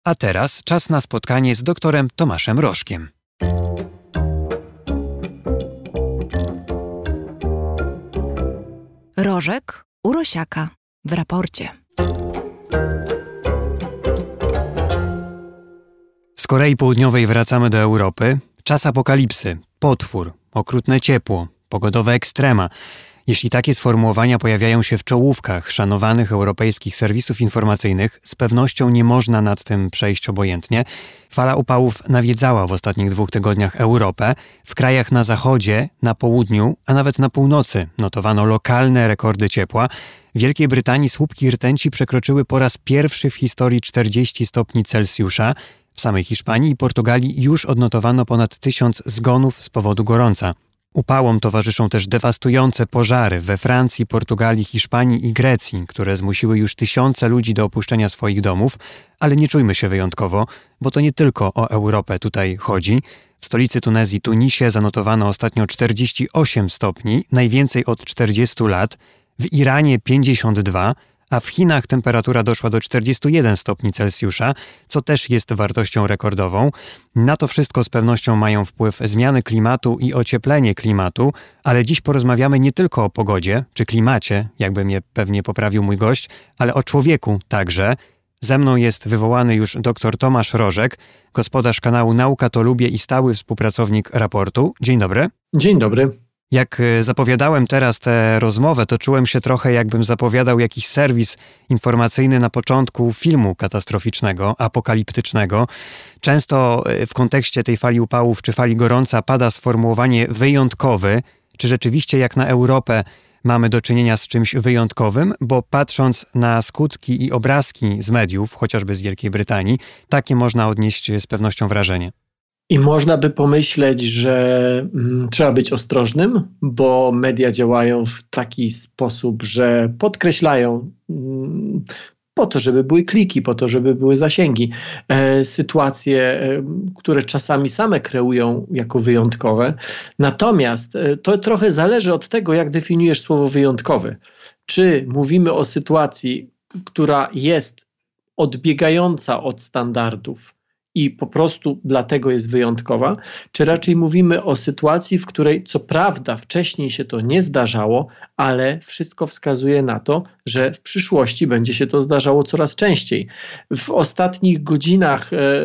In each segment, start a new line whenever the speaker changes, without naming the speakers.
A teraz czas na spotkanie z doktorem Tomaszem Rożkiem.
Rożek u Rosiaka w raporcie.
Z Korei Południowej wracamy do Europy. Czas apokalipsy, potwór, okrutne ciepło, pogodowe ekstrema. Jeśli takie sformułowania pojawiają się w czołówkach szanowanych europejskich serwisów informacyjnych, z pewnością nie można nad tym przejść obojętnie. Fala upałów nawiedzała w ostatnich 2 tygodniach Europę. W krajach na zachodzie, na południu, a nawet na północy notowano lokalne rekordy ciepła. W Wielkiej Brytanii słupki rtęci przekroczyły po raz pierwszy w historii 40 stopni Celsjusza. W samej Hiszpanii i Portugalii już odnotowano ponad 1000 zgonów z powodu gorąca. Upałom towarzyszą też dewastujące pożary we Francji, Portugalii, Hiszpanii i Grecji, które zmusiły już tysiące ludzi do opuszczenia swoich domów, ale nie czujmy się wyjątkowo, bo to nie tylko o Europę tutaj chodzi. W stolicy Tunezji, Tunisie, zanotowano ostatnio 48 stopni, najwięcej od 40 lat, w Iranie 52, a w Chinach temperatura doszła do 41 stopni Celsjusza, co też jest wartością rekordową. Na to wszystko z pewnością mają wpływ zmiany klimatu i ocieplenie klimatu, ale dziś porozmawiamy nie tylko o pogodzie czy klimacie, jakby mnie pewnie poprawił mój gość, ale o człowieku także. Ze mną jest wywołany już dr Tomasz Rożek, gospodarz kanału Nauka to Lubię i stały współpracownik raportu. Dzień dobry.
Dzień dobry.
Jak zapowiadałem teraz tę rozmowę, to czułem się trochę, jakbym zapowiadał jakiś serwis informacyjny na początku filmu katastroficznego, apokaliptycznego. Często w kontekście tej fali upałów czy fali gorąca pada sformułowanie wyjątkowy. Czy rzeczywiście jak na Europę mamy do czynienia z czymś wyjątkowym? Bo patrząc na skutki i obrazki z mediów, chociażby z Wielkiej Brytanii, takie można odnieść z pewnością wrażenie.
I można by pomyśleć, że trzeba być ostrożnym, bo media działają w taki sposób, że podkreślają po to, żeby były kliki, po to, żeby były zasięgi, sytuacje, które czasami same kreują jako wyjątkowe. Natomiast to trochę zależy od tego, jak definiujesz słowo wyjątkowy. Czy mówimy o sytuacji, która jest odbiegająca od standardów, i po prostu dlatego jest wyjątkowa, czy raczej mówimy o sytuacji, w której co prawda wcześniej się to nie zdarzało, ale wszystko wskazuje na to, że w przyszłości będzie się to zdarzało coraz częściej. W ostatnich godzinach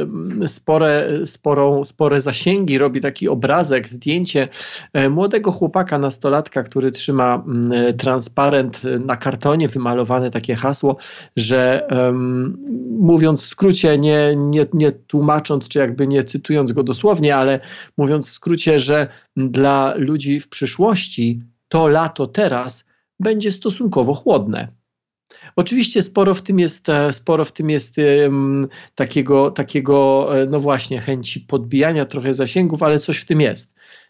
spore zasięgi robi taki obrazek, zdjęcie młodego chłopaka, nastolatka, który trzyma transparent na kartonie, wymalowane takie hasło, że mówiąc w skrócie, nie tłumacząc, czy jakby nie cytując go dosłownie, ale mówiąc w skrócie, że dla ludzi w przyszłości to lato teraz będzie stosunkowo chłodne. Oczywiście sporo w tym jest takiego no właśnie chęci podbijania trochę zasięgów, ale coś w tym jest.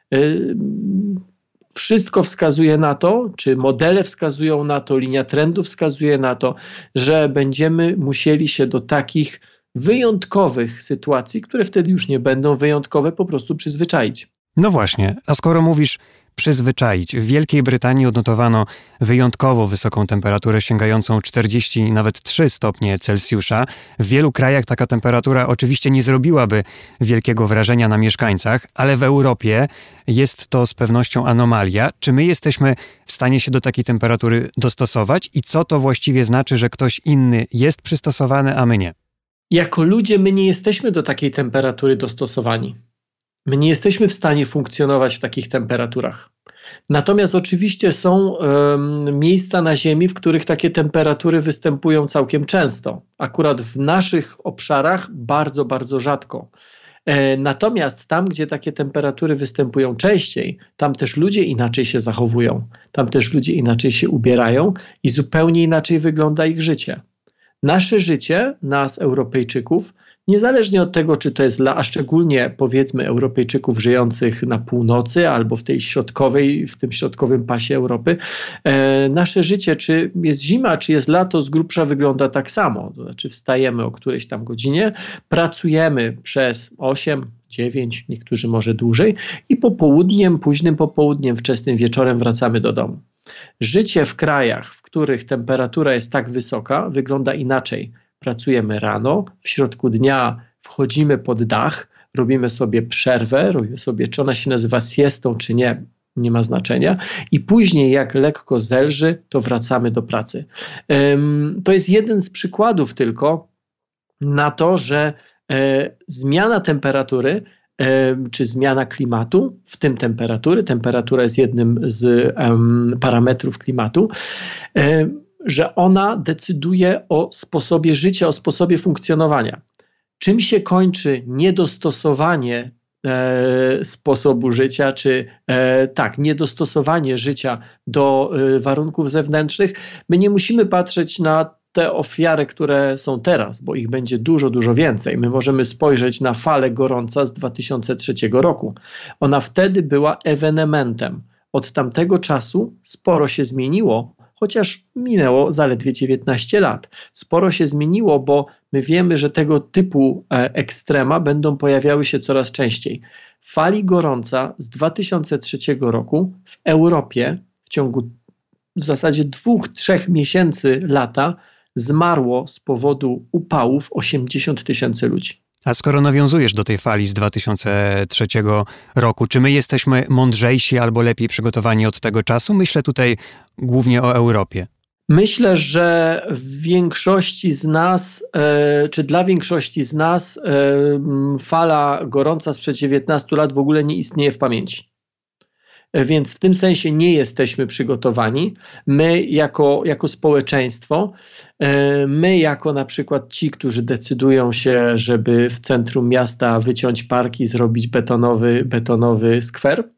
Wszystko wskazuje na to, czy modele wskazują na to, linia trendów wskazuje na to, że będziemy musieli się do takich wyjątkowych sytuacji, które wtedy już nie będą wyjątkowe, po prostu przyzwyczaić.
No właśnie, a skoro mówisz przyzwyczaić, w Wielkiej Brytanii odnotowano wyjątkowo wysoką temperaturę sięgającą 40, nawet 3 stopnie Celsjusza. W wielu krajach taka temperatura oczywiście nie zrobiłaby wielkiego wrażenia na mieszkańcach, ale w Europie jest to z pewnością anomalia. Czy my jesteśmy w stanie się do takiej temperatury dostosować i co to właściwie znaczy, że ktoś inny jest przystosowany, a my nie?
Jako ludzie my nie jesteśmy do takiej temperatury dostosowani. My nie jesteśmy w stanie funkcjonować w takich temperaturach. Natomiast oczywiście są miejsca na Ziemi, w których takie temperatury występują całkiem często. Akurat w naszych obszarach bardzo, bardzo rzadko. Natomiast tam, gdzie takie temperatury występują częściej, tam też ludzie inaczej się zachowują, tam też ludzie inaczej się ubierają i zupełnie inaczej wygląda ich życie. Nasze życie, nas Europejczyków, niezależnie od tego, czy to jest a szczególnie powiedzmy Europejczyków żyjących na północy albo w tym środkowym pasie Europy, nasze życie, czy jest zima, czy jest lato, z grubsza wygląda tak samo. To znaczy wstajemy o którejś tam godzinie, pracujemy przez 8, 9, niektórzy może dłużej i późnym popołudniem, wczesnym wieczorem wracamy do domu. Życie w krajach, w których temperatura jest tak wysoka, wygląda inaczej. pracujemy rano, w środku dnia wchodzimy pod dach, robimy sobie przerwę, robimy sobie, czy ona się nazywa siestą, czy nie, nie ma znaczenia. I później, jak lekko zelży, to wracamy do pracy. To jest jeden z przykładów tylko na to, że zmiana temperatury, czy zmiana klimatu, w tym temperatury, temperatura jest jednym z parametrów klimatu, że ona decyduje o sposobie życia, o sposobie funkcjonowania. Czym się kończy niedostosowanie sposobu życia, czy niedostosowanie życia do warunków zewnętrznych? My nie musimy patrzeć na te ofiary, które są teraz, bo ich będzie dużo, dużo więcej. My możemy spojrzeć na falę gorąca z 2003 roku. Ona wtedy była ewenementem. Od tamtego czasu sporo się zmieniło, chociaż minęło zaledwie 19 lat. Sporo się zmieniło, bo my wiemy, że tego typu ekstrema będą pojawiały się coraz częściej. Fali gorąca z 2003 roku w Europie w ciągu w zasadzie 2-3 miesięcy lata zmarło z powodu upałów 80 000 ludzi.
A skoro nawiązujesz do tej fali z 2003 roku, czy my jesteśmy mądrzejsi albo lepiej przygotowani od tego czasu? Myślę tutaj głównie o Europie.
Myślę, że w większości z nas, czy dla większości z nas fala gorąca sprzed 19 lat w ogóle nie istnieje w pamięci. Więc w tym sensie nie jesteśmy przygotowani. My jako społeczeństwo, my jako na przykład ci, którzy decydują się, żeby w centrum miasta wyciąć parki i zrobić betonowy skwer,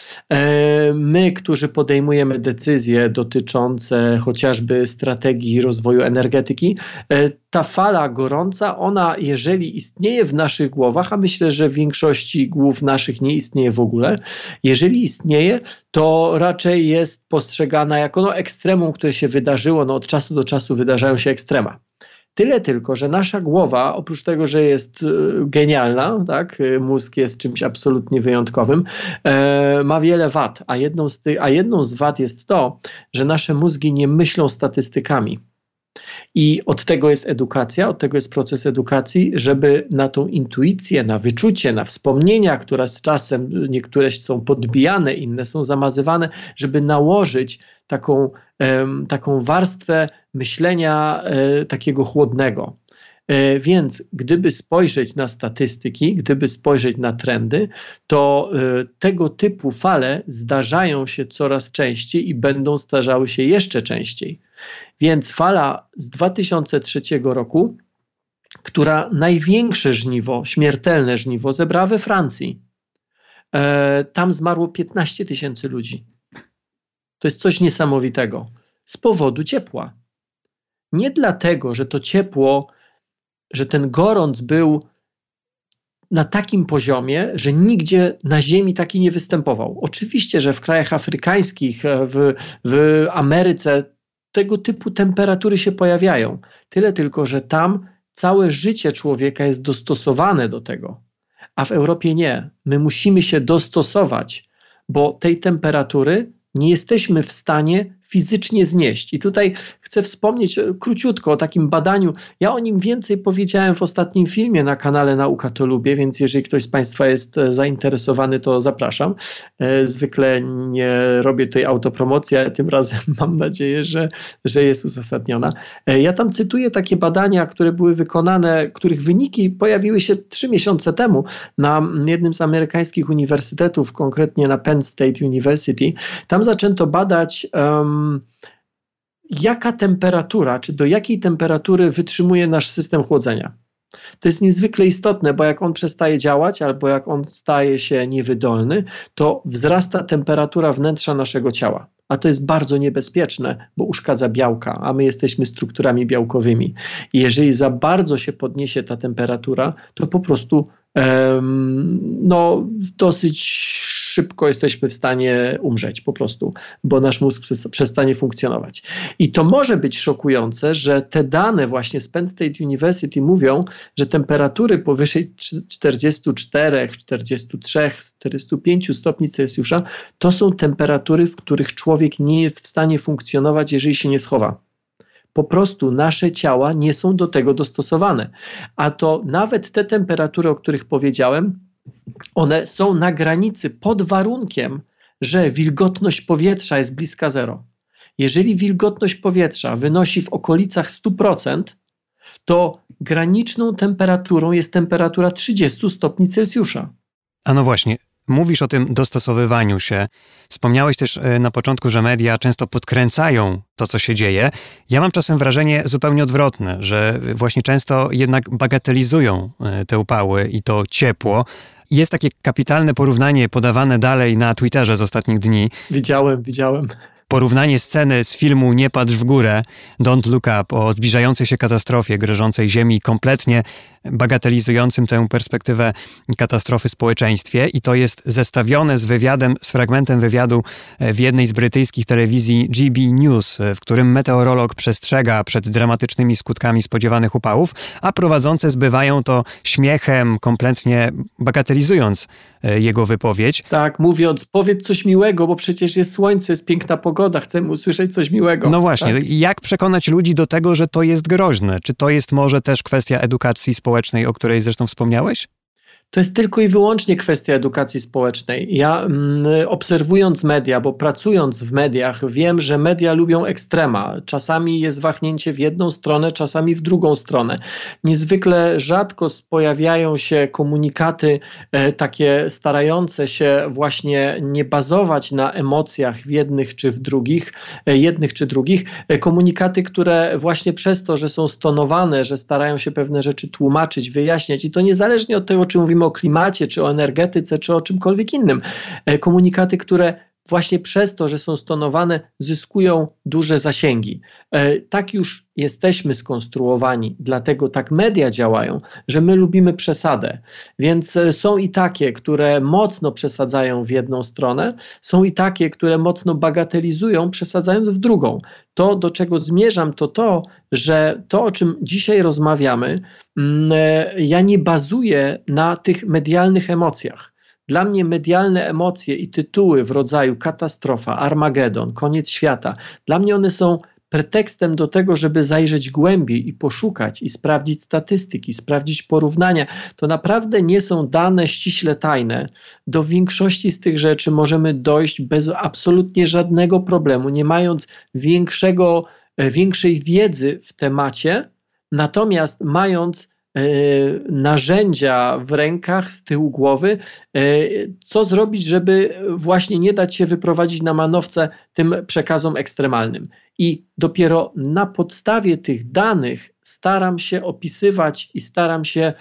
my, którzy podejmujemy decyzje dotyczące chociażby strategii rozwoju energetyki, ta fala gorąca, ona jeżeli istnieje w naszych głowach, a myślę, że w większości głów naszych nie istnieje w ogóle, jeżeli istnieje, to raczej jest postrzegana jako ekstremum, które się wydarzyło, od czasu do czasu wydarzają się ekstrema. Tyle tylko, że nasza głowa, oprócz tego, że jest genialna, tak, mózg jest czymś absolutnie wyjątkowym, ma wiele wad, a jedną z wad jest to, że nasze mózgi nie myślą statystykami. I od tego jest edukacja, od tego jest proces edukacji, żeby na tą intuicję, na wyczucie, na wspomnienia, które z czasem niektóre są podbijane, inne są zamazywane, żeby nałożyć taką warstwę myślenia takiego chłodnego. Więc gdyby spojrzeć na statystyki, gdyby spojrzeć na trendy, to tego typu fale zdarzają się coraz częściej i będą zdarzały się jeszcze częściej. Więc fala z 2003 roku, która największe żniwo, śmiertelne żniwo zebrała we Francji. Tam zmarło 15 000 ludzi. To jest coś niesamowitego. Z powodu ciepła. Nie dlatego, że to ciepło, że ten gorąc był na takim poziomie, że nigdzie na ziemi taki nie występował. Oczywiście, że w krajach afrykańskich, w Ameryce tego typu temperatury się pojawiają. Tyle tylko, że tam całe życie człowieka jest dostosowane do tego, a w Europie nie. My musimy się dostosować, bo tej temperatury nie jesteśmy w stanie fizycznie znieść. I tutaj chcę wspomnieć króciutko o takim badaniu. Ja o nim więcej powiedziałem w ostatnim filmie na kanale Nauka to Lubię, więc jeżeli ktoś z Państwa jest zainteresowany, to zapraszam. Zwykle nie robię tutaj autopromocji, ale tym razem mam nadzieję, że jest uzasadniona. Ja tam cytuję takie badania, które były wykonane, których wyniki pojawiły się 3 miesiące temu na jednym z amerykańskich uniwersytetów, konkretnie na Penn State University. Tam zaczęto badać jaka temperatura, czy do jakiej temperatury wytrzymuje nasz system chłodzenia. To jest niezwykle istotne, bo jak on przestaje działać albo jak on staje się niewydolny, to wzrasta temperatura wnętrza naszego ciała. A to jest bardzo niebezpieczne, bo uszkadza białka, a my jesteśmy strukturami białkowymi. I jeżeli za bardzo się podniesie ta temperatura, to po prostu dosyć szybko jesteśmy w stanie umrzeć po prostu, bo nasz mózg przestanie funkcjonować. I to może być szokujące, że te dane właśnie z Penn State University mówią, że temperatury powyżej 44, 43, 45 stopni Celsjusza to są temperatury, w których człowiek nie jest w stanie funkcjonować, jeżeli się nie schowa. Po prostu nasze ciała nie są do tego dostosowane. A to nawet te temperatury, o których powiedziałem, one są na granicy pod warunkiem, że wilgotność powietrza jest bliska zero. Jeżeli wilgotność powietrza wynosi w okolicach 100%, to graniczną temperaturą jest temperatura 30 stopni Celsjusza.
A no właśnie, mówisz o tym dostosowywaniu się. Wspomniałeś też na początku, że media często podkręcają to, co się dzieje. Ja mam czasem wrażenie zupełnie odwrotne, że właśnie często jednak bagatelizują te upały i to ciepło. Jest takie kapitalne porównanie podawane dalej na Twitterze z ostatnich dni.
Widziałem.
Porównanie sceny z filmu Nie patrz w górę, Don't Look Up, o zbliżającej się katastrofie grożącej Ziemi, kompletnie bagatelizującym tę perspektywę katastrofy w społeczeństwie, i to jest zestawione z wywiadem, z fragmentem wywiadu w jednej z brytyjskich telewizji GB News, w którym meteorolog przestrzega przed dramatycznymi skutkami spodziewanych upałów, a prowadzące zbywają to śmiechem, kompletnie bagatelizując jego wypowiedź.
Tak, mówiąc, powiedz coś miłego, bo przecież jest słońce, jest piękna pogoda, chcemy usłyszeć coś miłego.
No właśnie,
tak?
Jak przekonać ludzi do tego, że to jest groźne? Czy to jest może też kwestia edukacji społecznej, o której zresztą wspomniałeś?
To jest tylko i wyłącznie kwestia edukacji społecznej. Ja obserwując media, bo pracując w mediach, wiem, że media lubią ekstrema. Czasami jest wahnięcie w jedną stronę, czasami w drugą stronę. Niezwykle rzadko pojawiają się komunikaty takie starające się właśnie nie bazować na emocjach w jednych czy drugich. Komunikaty, które właśnie przez to, że są stonowane, że starają się pewne rzeczy tłumaczyć, wyjaśniać, i to niezależnie od tego, czy mówimy o klimacie, czy o energetyce, czy o czymkolwiek innym. Komunikaty, które właśnie przez to, że są stonowane, zyskują duże zasięgi. Tak już jesteśmy skonstruowani, dlatego tak media działają, że my lubimy przesadę. Więc są i takie, które mocno przesadzają w jedną stronę, są i takie, które mocno bagatelizują, przesadzając w drugą. To, do czego zmierzam, to, że to, o czym dzisiaj rozmawiamy, ja nie bazuję na tych medialnych emocjach. Dla mnie medialne emocje i tytuły w rodzaju katastrofa, Armagedon, koniec świata, dla mnie one są pretekstem do tego, żeby zajrzeć głębiej i poszukać i sprawdzić statystyki, sprawdzić porównania. To naprawdę nie są dane ściśle tajne. Do większości z tych rzeczy możemy dojść bez absolutnie żadnego problemu, nie mając większej wiedzy w temacie, natomiast mając narzędzia w rękach, z tyłu głowy, co zrobić, żeby właśnie nie dać się wyprowadzić na manowce tym przekazom ekstremalnym. I dopiero na podstawie tych danych staram się opisywać i staram się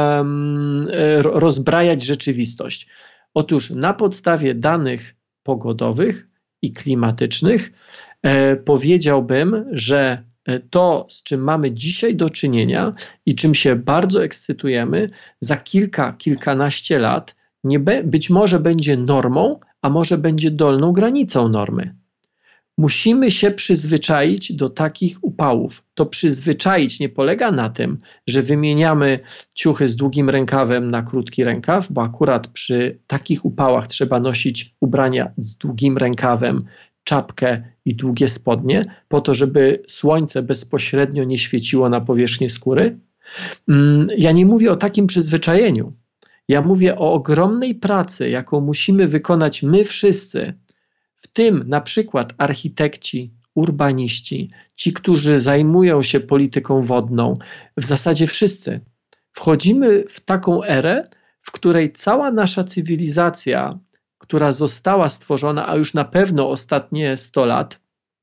rozbrajać rzeczywistość. Otóż na podstawie danych pogodowych i klimatycznych powiedziałbym, że to, z czym mamy dzisiaj do czynienia i czym się bardzo ekscytujemy, za kilkanaście lat być może będzie normą, a może będzie dolną granicą normy. Musimy się przyzwyczaić do takich upałów. To przyzwyczaić nie polega na tym, że wymieniamy ciuchy z długim rękawem na krótki rękaw, bo akurat przy takich upałach trzeba nosić ubrania z długim rękawem, czapkę i długie spodnie, po to, żeby słońce bezpośrednio nie świeciło na powierzchnię skóry. Ja nie mówię o takim przyzwyczajeniu. Ja mówię o ogromnej pracy, jaką musimy wykonać my wszyscy, w tym na przykład architekci, urbaniści, ci, którzy zajmują się polityką wodną, w zasadzie wszyscy. Wchodzimy w taką erę, w której cała nasza cywilizacja, która została stworzona, a już na pewno ostatnie 100 lat,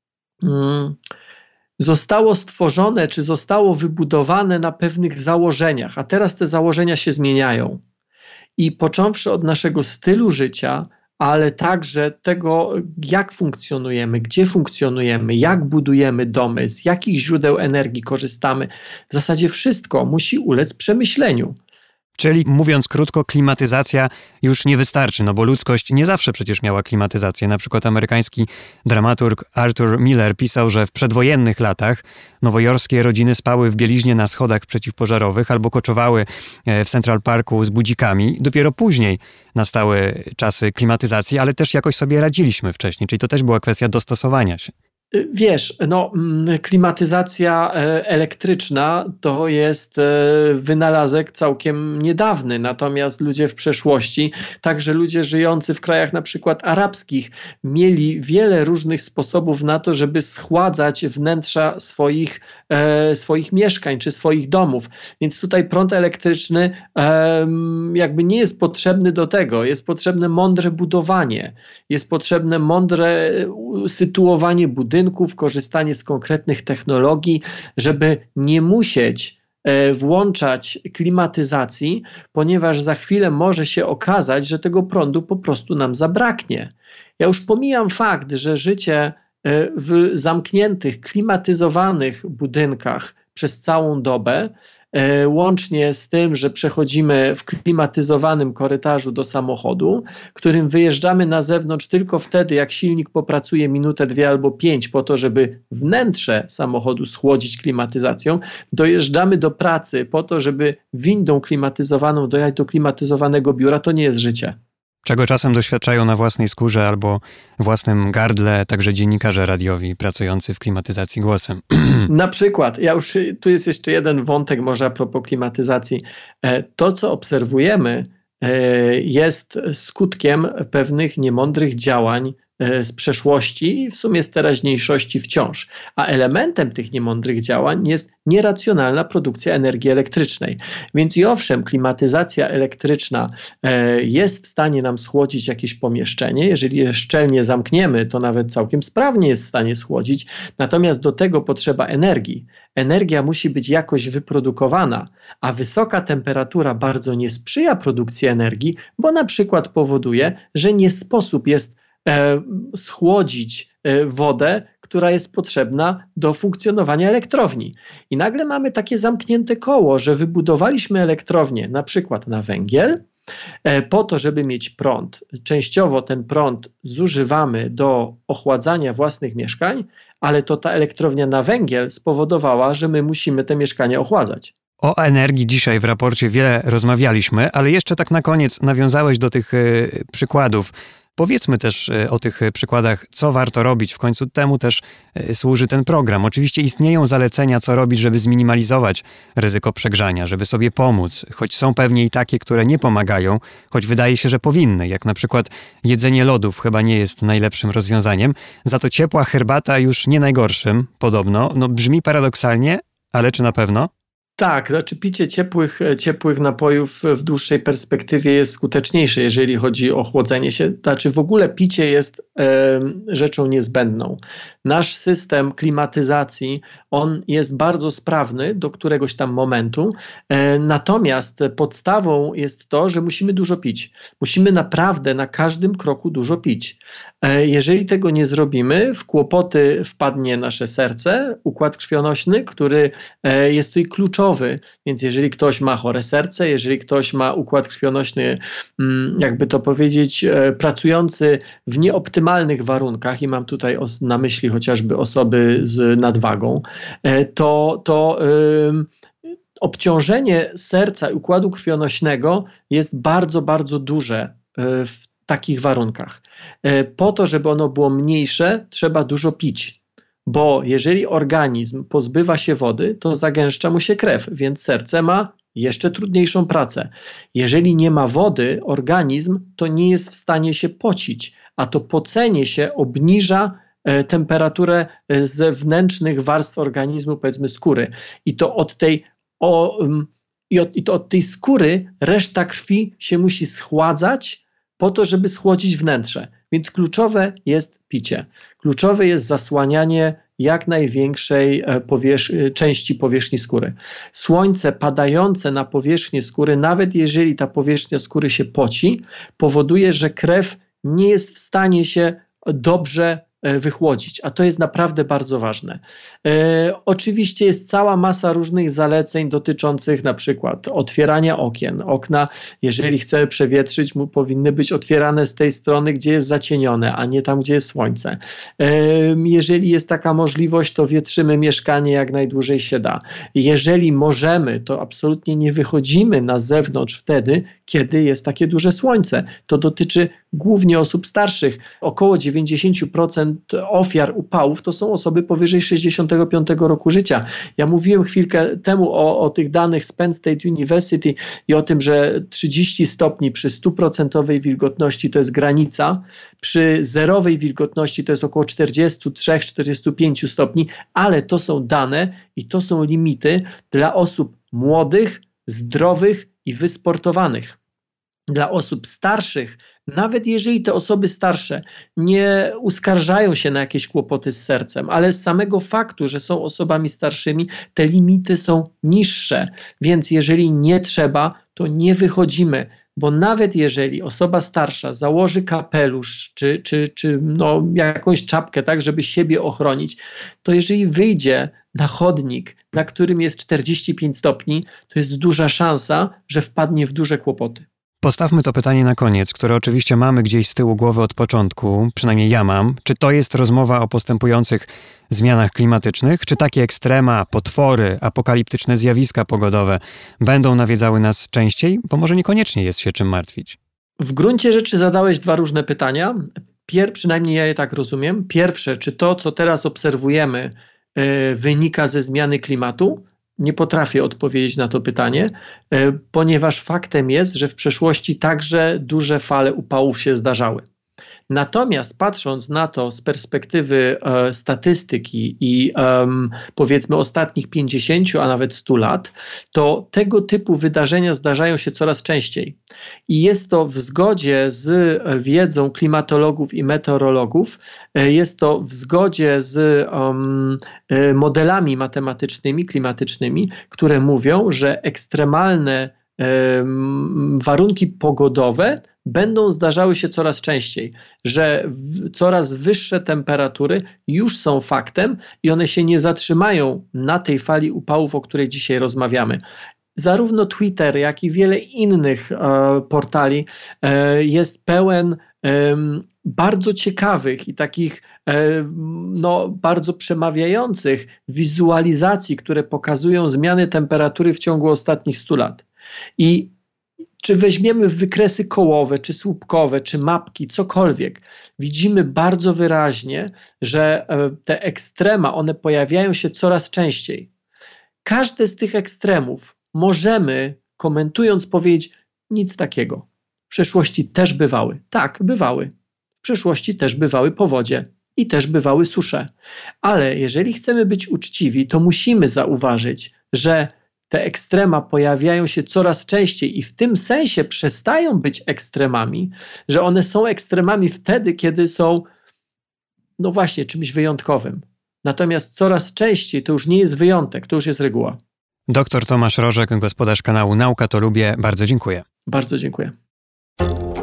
zostało stworzone czy zostało wybudowane na pewnych założeniach, a teraz te założenia się zmieniają. I począwszy od naszego stylu życia, ale także tego, jak funkcjonujemy, gdzie funkcjonujemy, jak budujemy domy, z jakich źródeł energii korzystamy, w zasadzie wszystko musi ulec przemyśleniu.
Czyli mówiąc krótko, klimatyzacja już nie wystarczy, no bo ludzkość nie zawsze przecież miała klimatyzację. Na przykład amerykański dramaturg Arthur Miller pisał, że w przedwojennych latach nowojorskie rodziny spały w bieliźnie na schodach przeciwpożarowych albo koczowały w Central Parku z budzikami. Dopiero później nastały czasy klimatyzacji, ale też jakoś sobie radziliśmy wcześniej, czyli to też była kwestia dostosowania się.
Wiesz, klimatyzacja elektryczna to jest wynalazek całkiem niedawny, natomiast ludzie w przeszłości, także ludzie żyjący w krajach na przykład arabskich, mieli wiele różnych sposobów na to, żeby schładzać wnętrza swoich mieszkań czy swoich domów. Więc tutaj prąd elektryczny jakby nie jest potrzebny do tego, jest potrzebne mądre budowanie, jest potrzebne mądre sytuowanie budynków, korzystanie z konkretnych technologii, żeby nie musieć włączać klimatyzacji, ponieważ za chwilę może się okazać, że tego prądu po prostu nam zabraknie. Ja już pomijam fakt, że życie w zamkniętych, klimatyzowanych budynkach przez całą dobę, łącznie z tym, że przechodzimy w klimatyzowanym korytarzu do samochodu, którym wyjeżdżamy na zewnątrz tylko wtedy, jak silnik popracuje minutę, 2 albo 5 po to, żeby wnętrze samochodu schłodzić klimatyzacją. Dojeżdżamy do pracy po to, żeby windą klimatyzowaną dojechać do klimatyzowanego biura. To nie jest życie.
Czego czasem doświadczają na własnej skórze albo własnym gardle także dziennikarze radiowi pracujący w klimatyzacji głosem.
Na przykład, tu jest jeszcze jeden wątek może a propos klimatyzacji. To, co obserwujemy, jest skutkiem pewnych niemądrych działań z przeszłości i w sumie z teraźniejszości wciąż. A elementem tych niemądrych działań jest nieracjonalna produkcja energii elektrycznej. Więc i owszem, klimatyzacja elektryczna jest w stanie nam schłodzić jakieś pomieszczenie. Jeżeli je szczelnie zamkniemy, to nawet całkiem sprawnie jest w stanie schłodzić. Natomiast do tego potrzeba energii. Energia musi być jakoś wyprodukowana, a wysoka temperatura bardzo nie sprzyja produkcji energii, bo na przykład powoduje, że nie sposób jest schłodzić wodę, która jest potrzebna do funkcjonowania elektrowni. I nagle mamy takie zamknięte koło, że wybudowaliśmy elektrownię na przykład na węgiel, po to, żeby mieć prąd. Częściowo ten prąd zużywamy do ochładzania własnych mieszkań, ale to ta elektrownia na węgiel spowodowała, że my musimy te mieszkania ochładzać.
O energii dzisiaj w raporcie wiele rozmawialiśmy, ale jeszcze tak na koniec nawiązałeś do tych przykładów. Powiedzmy też o tych przykładach, co warto robić. W końcu temu też służy ten program. Oczywiście istnieją zalecenia, co robić, żeby zminimalizować ryzyko przegrzania, żeby sobie pomóc, choć są pewnie i takie, które nie pomagają, choć wydaje się, że powinny, jak na przykład jedzenie lodów chyba nie jest najlepszym rozwiązaniem. Za to ciepła herbata już nie najgorszym, podobno. Brzmi paradoksalnie, ale czy na pewno?
Tak, znaczy picie ciepłych napojów w dłuższej perspektywie jest skuteczniejsze, jeżeli chodzi o chłodzenie się. Znaczy w ogóle picie jest rzeczą niezbędną. Nasz system klimatyzacji, on jest bardzo sprawny do któregoś tam momentu, natomiast podstawą jest to, że musimy dużo pić. Musimy naprawdę na każdym kroku dużo pić. Jeżeli tego nie zrobimy, w kłopoty wpadnie nasze serce, układ krwionośny, który jest tutaj kluczowy. Więc jeżeli ktoś ma chore serce, jeżeli ktoś ma układ krwionośny, jakby to powiedzieć, pracujący w nieoptymalnych warunkach, i mam tutaj na myśli chociażby osoby z nadwagą, to obciążenie serca i układu krwionośnego jest bardzo, bardzo duże w takich warunkach. Po to, żeby ono było mniejsze, trzeba dużo pić. Bo jeżeli organizm pozbywa się wody, to zagęszcza mu się krew, więc serce ma jeszcze trudniejszą pracę. Jeżeli nie ma wody, organizm to nie jest w stanie się pocić, a to pocenie się obniża temperaturę zewnętrznych warstw organizmu, powiedzmy skóry. I to od tej skóry reszta krwi się musi schładzać po to, żeby schłodzić wnętrze. Więc kluczowe jest picie. Kluczowe jest zasłanianie jak największej części powierzchni skóry. Słońce padające na powierzchnię skóry, nawet jeżeli ta powierzchnia skóry się poci, powoduje, że krew nie jest w stanie się dobrze wychłodzić, a to jest naprawdę bardzo ważne. Oczywiście jest cała masa różnych zaleceń dotyczących na przykład otwierania okien. Okna, jeżeli chcemy przewietrzyć, powinny być otwierane z tej strony, gdzie jest zacienione, a nie tam, gdzie jest słońce. Jeżeli jest taka możliwość, to wietrzymy mieszkanie jak najdłużej się da. Jeżeli możemy, to absolutnie nie wychodzimy na zewnątrz wtedy, kiedy jest takie duże słońce. To dotyczy głównie osób starszych. Około 90% 50% ofiar upałów to są osoby powyżej 65 roku życia. Ja mówiłem chwilkę temu o tych danych z Penn State University i o tym, że 30 stopni przy 100% wilgotności to jest granica, przy zerowej wilgotności to jest około 43-45 stopni, ale to są dane i to są limity dla osób młodych, zdrowych i wysportowanych. Dla osób starszych, nawet jeżeli te osoby starsze nie uskarżają się na jakieś kłopoty z sercem, ale z samego faktu, że są osobami starszymi, te limity są niższe. Więc jeżeli nie trzeba, to nie wychodzimy, bo nawet jeżeli osoba starsza założy kapelusz czy jakąś czapkę, tak, żeby siebie ochronić, to jeżeli wyjdzie na chodnik, na którym jest 45 stopni, to jest duża szansa, że wpadnie w duże kłopoty.
Postawmy to pytanie na koniec, które oczywiście mamy gdzieś z tyłu głowy od początku, przynajmniej ja mam. Czy to jest rozmowa o postępujących zmianach klimatycznych? Czy takie ekstrema, potwory, apokaliptyczne zjawiska pogodowe będą nawiedzały nas częściej? Bo może niekoniecznie jest się czym martwić.
W gruncie rzeczy zadałeś dwa różne pytania. Przynajmniej ja je tak rozumiem. Pierwsze, czy to, co teraz obserwujemy, wynika ze zmiany klimatu? Nie potrafię odpowiedzieć na to pytanie, ponieważ faktem jest, że w przeszłości także duże fale upałów się zdarzały. Natomiast patrząc na to z perspektywy statystyki i powiedzmy ostatnich 50, a nawet 100 lat, to tego typu wydarzenia zdarzają się coraz częściej. I jest to w zgodzie z wiedzą klimatologów i meteorologów, jest to w zgodzie z modelami matematycznymi, klimatycznymi, które mówią, że ekstremalne warunki pogodowe będą zdarzały się coraz częściej, że coraz wyższe temperatury już są faktem i one się nie zatrzymają na tej fali upałów, o której dzisiaj rozmawiamy. Zarówno Twitter, jak i wiele innych portali jest pełen bardzo ciekawych i takich bardzo przemawiających wizualizacji, które pokazują zmiany temperatury w ciągu ostatnich 100 lat. I czy weźmiemy wykresy kołowe, czy słupkowe, czy mapki, cokolwiek, widzimy bardzo wyraźnie, że te ekstrema, one pojawiają się coraz częściej. Każde z tych ekstremów możemy, komentując, powiedzieć nic takiego. W przeszłości też bywały. Tak, bywały. W przeszłości też bywały powodzie i też bywały susze. Ale jeżeli chcemy być uczciwi, to musimy zauważyć, że te ekstrema pojawiają się coraz częściej i w tym sensie przestają być ekstremami, że one są ekstremami wtedy, kiedy są, czymś wyjątkowym. Natomiast coraz częściej to już nie jest wyjątek, to już jest reguła.
Dr Tomasz Rożek, gospodarz kanału Nauka to Lubię. Bardzo dziękuję.
Bardzo dziękuję.